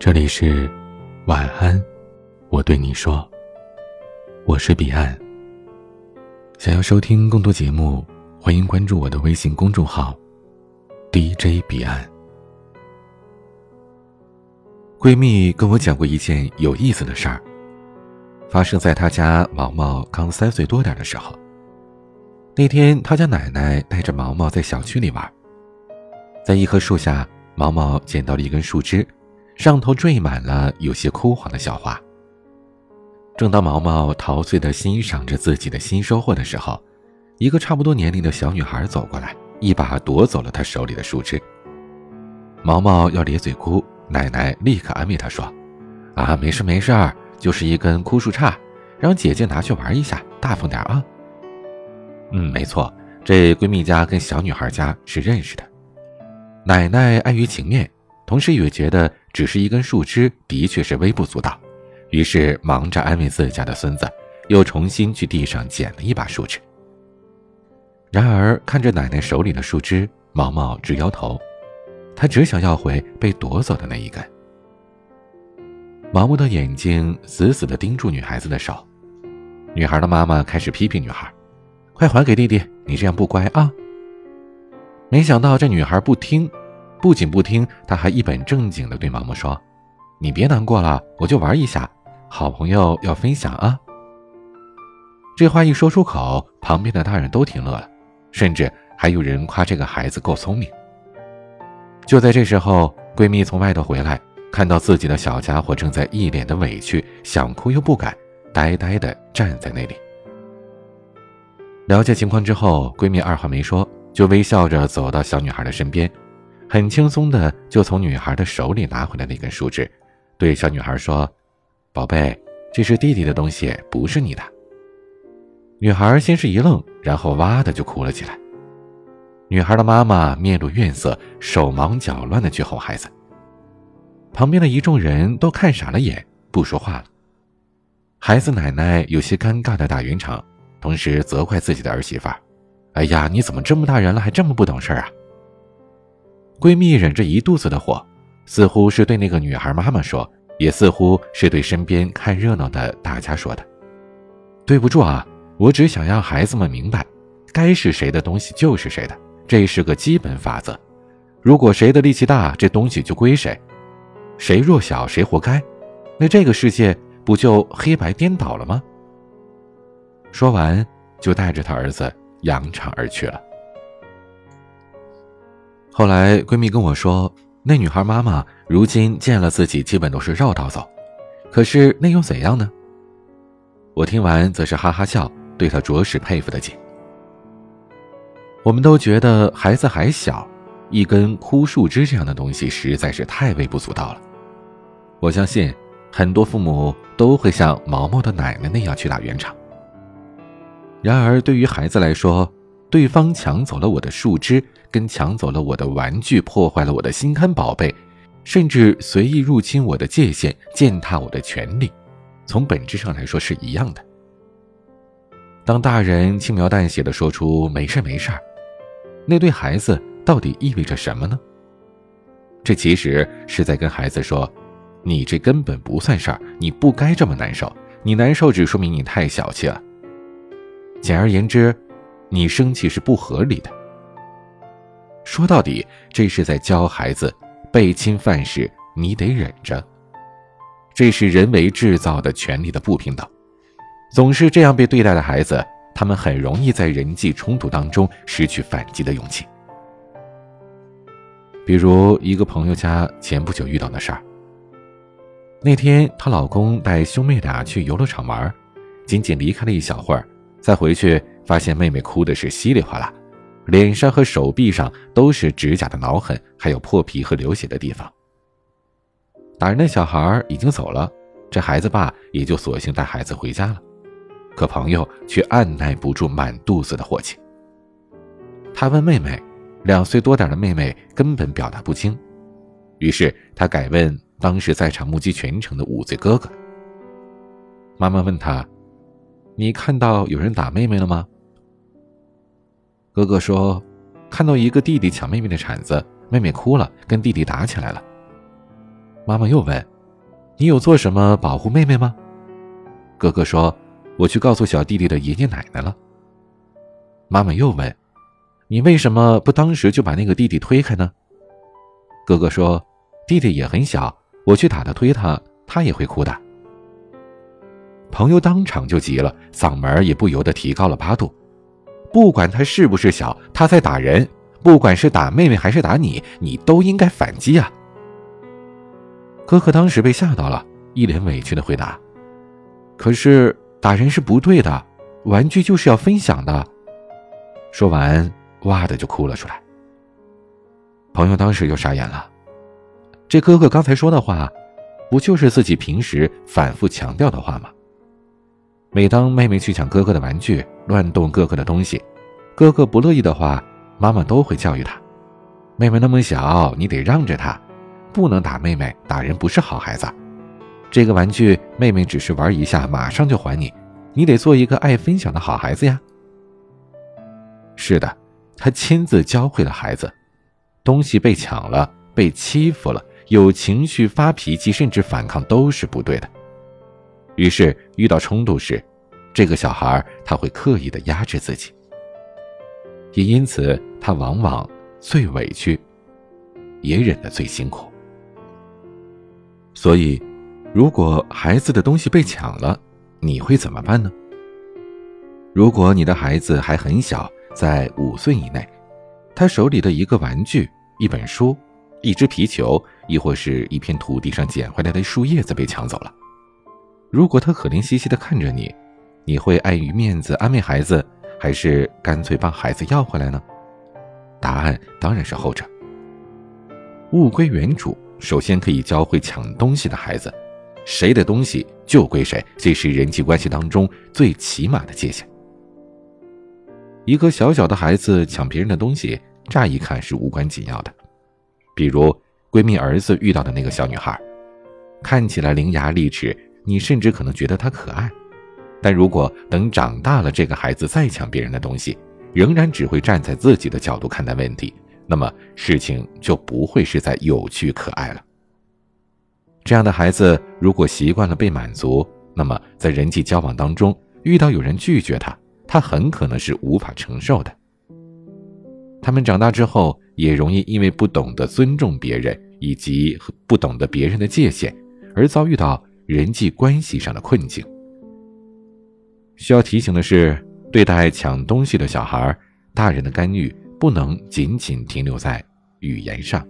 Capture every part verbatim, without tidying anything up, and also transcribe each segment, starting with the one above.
这里是晚安，我对你说，我是彼岸。想要收听更多节目，欢迎关注我的微信公众号 D J 彼岸。闺蜜跟我讲过一件有意思的事儿，发生在她家毛毛刚三岁多点的时候。那天她家奶奶带着毛毛在小区里玩，在一棵树下，毛毛捡到了一根树枝，上头缀满了有些枯黄的小花。正当毛毛陶醉地欣赏着自己的新收获的时候，一个差不多年龄的小女孩走过来，一把夺走了她手里的树枝。毛毛要咧嘴哭，奶奶立刻安慰她说：啊，没事没事，就是一根枯树杈，让姐姐拿去玩一下，大方点啊。嗯，没错，这闺蜜家跟小女孩家是认识的。奶奶碍于情面，同时也觉得只是一根树枝的确是微不足道，于是忙着安慰自家的孙子，又重新去地上捡了一把树枝。然而看着奶奶手里的树枝，毛毛直摇头，他只想要回被夺走的那一根。毛毛的眼睛死死地盯住女孩子的手，女孩的妈妈开始批评女孩：快还给弟弟，你这样不乖啊。没想到这女孩不听，不仅不听，她还一本正经地对毛毛说：你别难过了，我就玩一下，好朋友要分享啊。这话一说出口，旁边的大人都听乐了，甚至还有人夸这个孩子够聪明。就在这时候，闺蜜从外头回来，看到自己的小家伙正在一脸的委屈，想哭又不敢，呆呆地站在那里。了解情况之后，闺蜜二话没说，就微笑着走到小女孩的身边，很轻松的就从女孩的手里拿回来那根树枝，对小女孩说：宝贝，这是弟弟的东西，不是你的。女孩先是一愣，然后哇的就哭了起来。女孩的妈妈面露怨色，手忙脚乱的去哄孩子。旁边的一众人都看傻了眼，不说话了。孩子奶奶有些尴尬的打圆场，同时责怪自己的儿媳妇儿：哎呀，你怎么这么大人了还这么不懂事啊。闺蜜忍着一肚子的火，似乎是对那个女孩妈妈说，也似乎是对身边看热闹的大家说的：对不住啊，我只想让孩子们明白，该是谁的东西就是谁的，这是个基本法则。如果谁的力气大，这东西就归谁，谁弱小谁活该，那这个世界不就黑白颠倒了吗？说完就带着她儿子扬长而去了。后来闺蜜跟我说，那女孩妈妈如今见了自己基本都是绕道走，可是那又怎样呢？我听完则是哈哈笑，对她着实佩服得紧。我们都觉得孩子还小，一根枯树枝这样的东西实在是太微不足道了。我相信很多父母都会像毛毛的奶奶那样去打圆场。然而对于孩子来说，对方抢走了我的树枝，跟抢走了我的玩具，破坏了我的心肝宝贝，甚至随意入侵我的界限，践踏我的权利，从本质上来说是一样的。当大人轻描淡写地说出没事没事，那对孩子到底意味着什么呢？这其实是在跟孩子说，你这根本不算事儿，你不该这么难受，你难受只说明你太小气了。简而言之，你生气是不合理的。说到底，这是在教孩子，被侵犯时你得忍着。这是人为制造的权利的不平等。总是这样被对待的孩子，他们很容易在人际冲突当中失去反击的勇气。比如一个朋友家前不久遇到的事儿。那天她老公带兄妹俩去游乐场玩，仅仅离开了一小会儿，再回去发现妹妹哭的是稀里哗啦，脸上和手臂上都是指甲的挠痕，还有破皮和流血的地方。打人的小孩已经走了，这孩子爸也就索性带孩子回家了，可朋友却按耐不住满肚子的火气。他问妹妹，两岁多点的妹妹根本表达不清，于是他改问当时在场目击全程的五岁哥哥。妈妈问他，你看到有人打妹妹了吗？哥哥说，看到一个弟弟抢妹妹的铲子，妹妹哭了，跟弟弟打起来了。妈妈又问， 你有做什么保护妹妹吗？哥哥说，我去告诉小弟弟的爷爷奶奶了。妈妈又问，你为什么不当时就把那个弟弟推开呢？哥哥说，弟弟也很小，我去打他推他，他也会哭的。朋友当场就急了，嗓门也不由得提高了八度。不管他是不是小，他在打人，不管是打妹妹还是打你，你都应该反击啊。哥哥当时被吓到了，一脸委屈地回答，可是打人是不对的，玩具就是要分享的。说完哇的就哭了出来。朋友当时就傻眼了，这哥哥刚才说的话不就是自己平时反复强调的话吗？每当妹妹去抢哥哥的玩具，乱动哥哥的东西，哥哥不乐意的话，妈妈都会教育他，妹妹那么小，你得让着她，不能打妹妹，打人不是好孩子。这个玩具妹妹只是玩一下，马上就还你，你得做一个爱分享的好孩子呀。是的，他亲自教会了孩子，东西被抢了，被欺负了，有情绪发脾气甚至反抗都是不对的。于是遇到冲突时，这个小孩他会刻意的压制自己，也因此他往往最委屈，也忍得最辛苦。所以如果孩子的东西被抢了，你会怎么办呢？如果你的孩子还很小，在五岁以内，他手里的一个玩具、一本书、一只皮球，亦或是一片土地上捡回来的树叶子被抢走了，如果他可怜兮兮地看着你，你会碍于面子安慰孩子，还是干脆帮孩子要回来呢？答案当然是后者。物归原主，首先可以教会抢东西的孩子，谁的东西就归谁，这是人际关系当中最起码的界限。一个小小的孩子抢别人的东西，乍一看是无关紧要的，比如闺蜜儿子遇到的那个小女孩，看起来伶牙俐齿，你甚至可能觉得她可爱，但如果等长大了，这个孩子再抢别人的东西，仍然只会站在自己的角度看待问题，那么事情就不会是在有趣可爱了。这样的孩子如果习惯了被满足，那么在人际交往当中遇到有人拒绝他，他很可能是无法承受的。他们长大之后也容易因为不懂得尊重别人，以及不懂得别人的界限，而遭遇到人际关系上的困境。需要提醒的是，对待抢东西的小孩，大人的干预不能仅仅停留在语言上。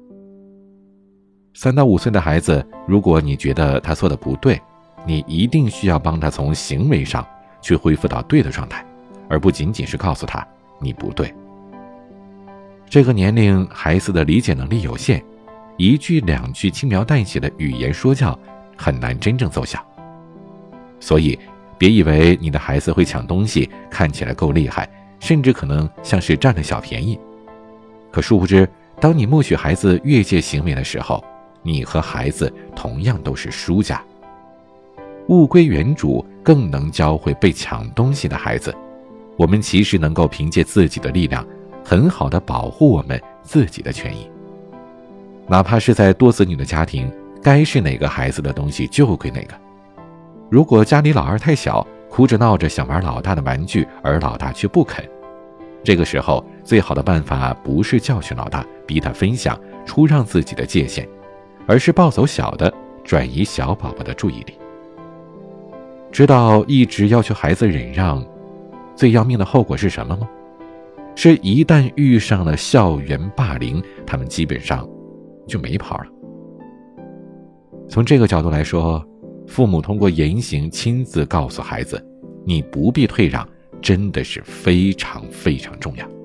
三到五岁的孩子，如果你觉得他做的不对，你一定需要帮他从行为上去恢复到对的状态，而不仅仅是告诉他你不对。这个年龄孩子的理解能力有限，一句两句轻描淡写的语言说教很难真正奏效。所以别以为你的孩子会抢东西看起来够厉害，甚至可能像是占了小便宜，可殊不知，当你默许孩子越界行为的时候，你和孩子同样都是输家。物归原主更能教会被抢东西的孩子，我们其实能够凭借自己的力量很好的保护我们自己的权益。哪怕是在多子女的家庭，该是哪个孩子的东西就归哪个。如果家里老二太小，哭着闹着想玩老大的玩具，而老大却不肯，这个时候最好的办法不是教训老大，逼他分享，出让自己的界限，而是抱走小的，转移小宝宝的注意力。知道一直要求孩子忍让，最要命的后果是什么吗？是一旦遇上了校园霸凌，他们基本上就没跑了。从这个角度来说，父母通过言行亲自告诉孩子，你不必退让，真的是非常非常重要。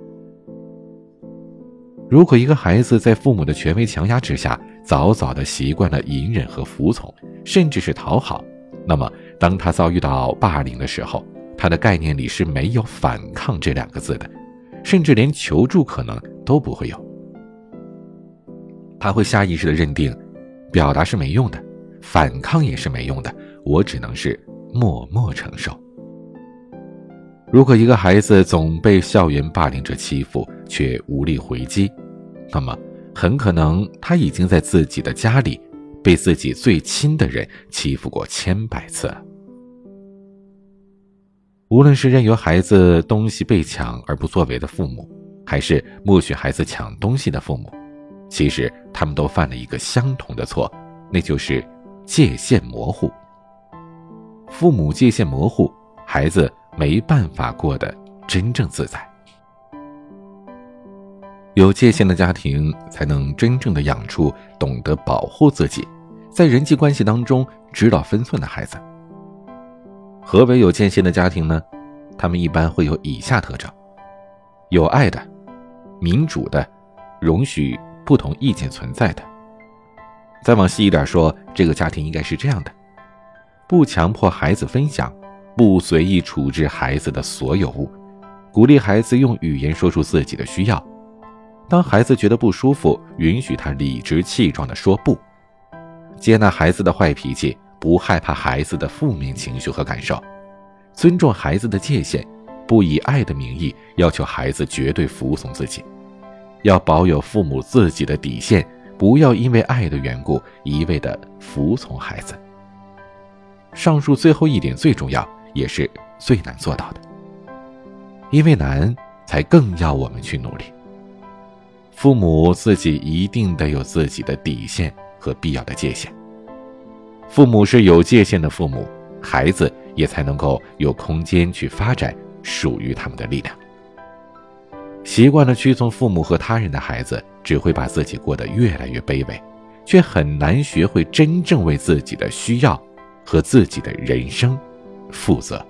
如果一个孩子在父母的权威强压之下，早早地习惯了隐忍和服从，甚至是讨好，那么当他遭遇到霸凌的时候，他的概念里是没有反抗这两个字的，甚至连求助可能都不会有。他会下意识地认定，表达是没用的，反抗也是没用的，我只能是默默承受。如果一个孩子总被校园霸凌者欺负，却无力回击，那么很可能他已经在自己的家里被自己最亲的人欺负过千百次了。无论是任由孩子东西被抢而不作为的父母，还是默许孩子抢东西的父母，其实他们都犯了一个相同的错，那就是界限模糊。父母界限模糊，孩子没办法过得真正自在。有界限的家庭才能真正的养出懂得保护自己，在人际关系当中知道分寸的孩子。何为有界限的家庭呢？他们一般会有以下特征：有爱的、民主的、容许不同意见存在的。再往细一点说，这个家庭应该是这样的：不强迫孩子分享，不随意处置孩子的所有物，鼓励孩子用语言说出自己的需要。当孩子觉得不舒服，允许他理直气壮地说不，接纳孩子的坏脾气，不害怕孩子的负面情绪和感受，尊重孩子的界限，不以爱的名义要求孩子绝对服从自己，要保有父母自己的底线，不要因为爱的缘故一味地服从孩子。上述最后一点最重要，也是最难做到的，因为难，才更要我们去努力。父母自己一定得有自己的底线和必要的界限。父母是有界限的父母，孩子也才能够有空间去发展属于他们的力量。习惯了屈从父母和他人的孩子，只会把自己过得越来越卑微，却很难学会真正为自己的需要和自己的人生负责。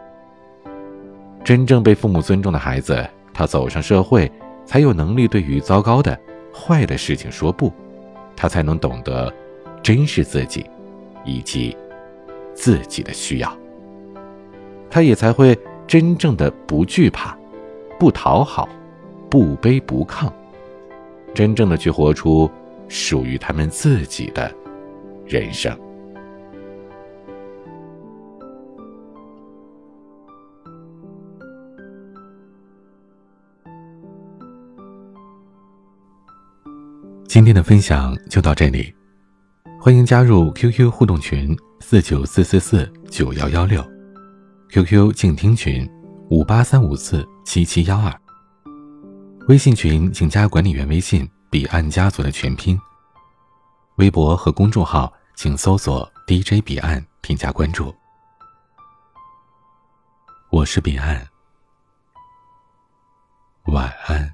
真正被父母尊重的孩子，他走上社会，才有能力对于糟糕的、坏的事情说不，他才能懂得珍视自己以及自己的需要，他也才会真正的不惧怕、不讨好、不卑不亢，真正的去活出属于他们自己的人生。今天的分享就到这里，欢迎加入 Q Q 互动群四九四四四九一一六， Q Q 静听群五八三五四七七一二，微信群请加管理员微信彼岸家族的全拼，微博和公众号请搜索 D J 彼岸添加关注。我是彼岸，晚安。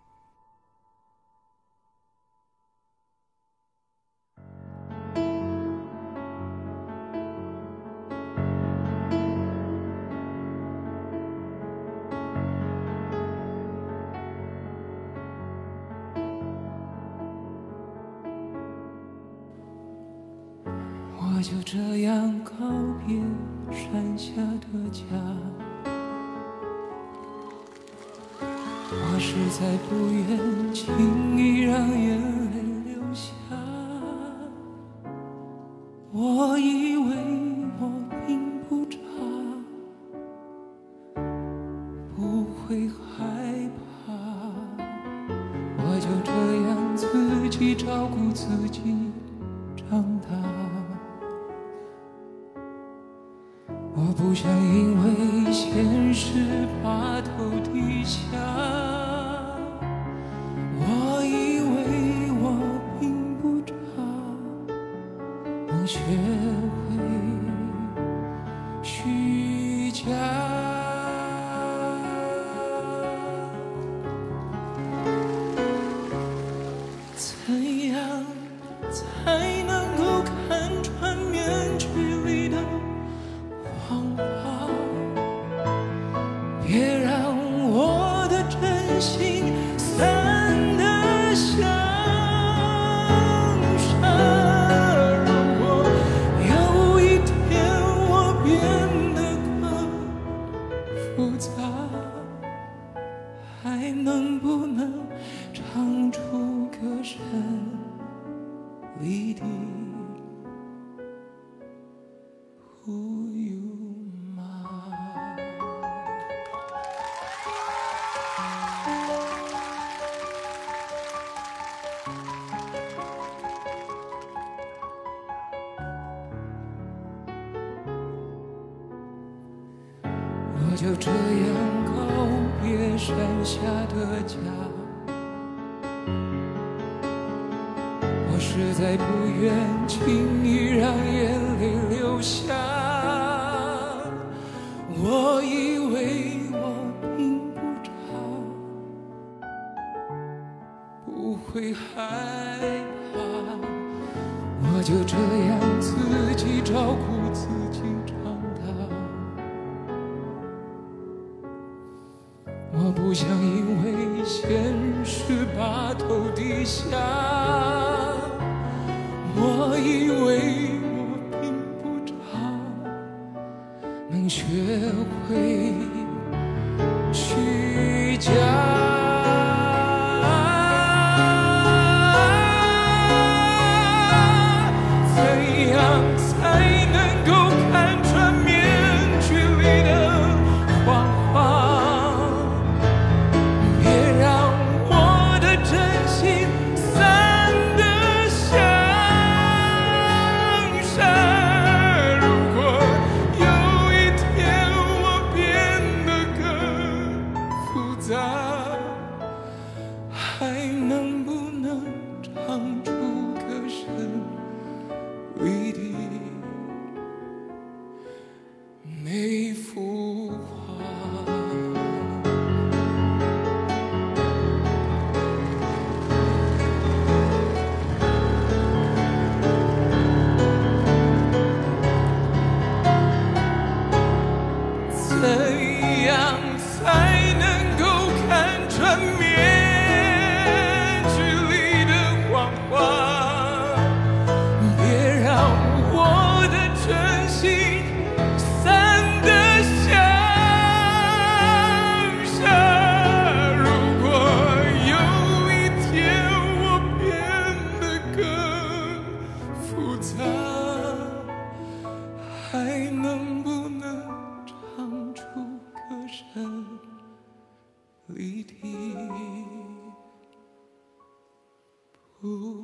我就这样告别山下的家，我实在不愿轻易让眼泪流下。我以为我并不差，不会害怕，我就这样自己照顾自己长大。我不想因为现实把头低下，我以为我并不差，能学会虚假。怎样才能够看穿面具里的谎话？别让我的真心散得像沙。如果有一天我变得更复杂，还能不能唱出歌声里的Who you are。 就这样告别山下的家。我实在不愿轻易让眼泪流下，我以为我并不差，不会害怕，我就这样自己照顾自己长大。我不想因为现实把头低下，我以为我并不差，能学会虚假。怎样才能够看穿面具里的谎话？别让我的真心散得像沙。如果有一天我变得更复杂，还能不能唱出歌声里的每幅画？怎样才能够看穿面具里的谎话？别让我的真心散得像沙。如果有一天我变得更复杂，还能不能唱出歌声里的不